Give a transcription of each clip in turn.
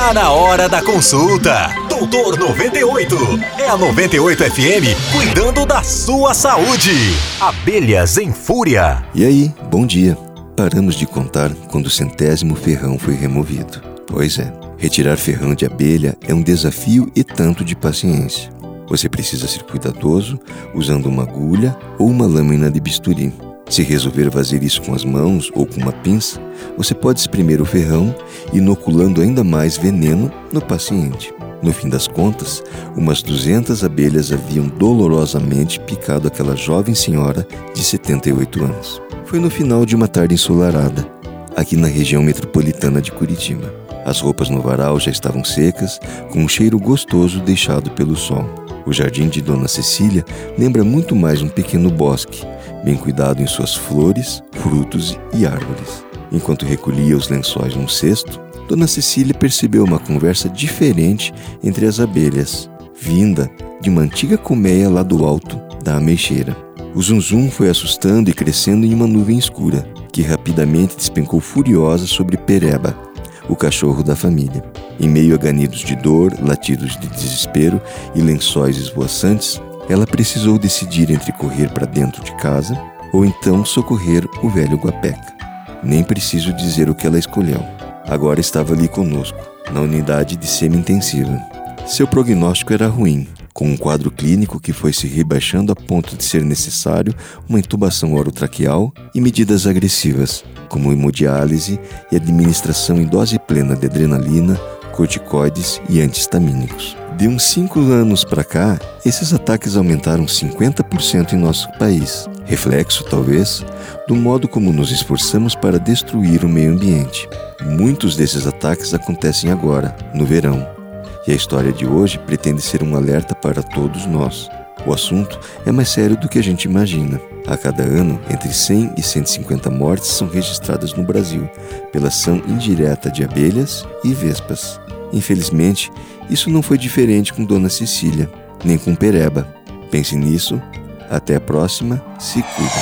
Tá na hora da consulta. Doutor 98. É a 98 FM cuidando da sua saúde. Abelhas em fúria. E aí, bom dia. Paramos de contar quando o 100º ferrão foi removido. Pois é, retirar ferrão de abelha é um desafio e tanto de paciência. Você precisa ser cuidadoso usando uma agulha ou uma lâmina de bisturi. Se resolver fazer isso com as mãos ou com uma pinça, você pode espremer o ferrão, inoculando ainda mais veneno no paciente. No fim das contas, umas 200 abelhas haviam dolorosamente picado aquela jovem senhora de 78 anos. Foi no final de uma tarde ensolarada, aqui na região metropolitana de Curitiba. As roupas no varal já estavam secas, com um cheiro gostoso deixado pelo sol. O jardim de Dona Cecília lembra muito mais um pequeno bosque, bem cuidado em suas flores, frutos e árvores. Enquanto recolhia os lençóis num cesto, Dona Cecília percebeu uma conversa diferente entre as abelhas, vinda de uma antiga colmeia lá do alto da ameixeira. O zunzum foi assustando e crescendo em uma nuvem escura, que rapidamente despencou furiosa sobre Pereba, o cachorro da família. Em meio a ganidos de dor, latidos de desespero e lençóis esvoaçantes, ela precisou decidir entre correr para dentro de casa ou então socorrer o velho Guapeca. Nem preciso dizer o que ela escolheu. Agora estava ali conosco, na unidade de semi-intensiva. Seu prognóstico era ruim, com um quadro clínico que foi se rebaixando a ponto de ser necessário uma intubação orotraqueal e medidas agressivas, como hemodiálise e administração em dose plena de adrenalina, corticoides e antihistamínicos. De uns 5 anos para cá, esses ataques aumentaram 50% em nosso país. Reflexo, talvez, do modo como nos esforçamos para destruir o meio ambiente. Muitos desses ataques acontecem agora, no verão. E a história de hoje pretende ser um alerta para todos nós. O assunto é mais sério do que a gente imagina. A cada ano, entre 100 e 150 mortes são registradas no Brasil pela ação indireta de abelhas e vespas. Infelizmente, isso não foi diferente com Dona Cecília, nem com Pereba. Pense nisso. Até a próxima. Se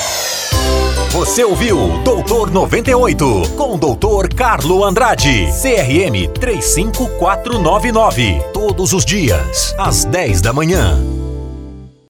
cuida. Você ouviu Doutor 98 com o Dr. Carlo Andrade, CRM 35499. Todos os dias, às 10 da manhã.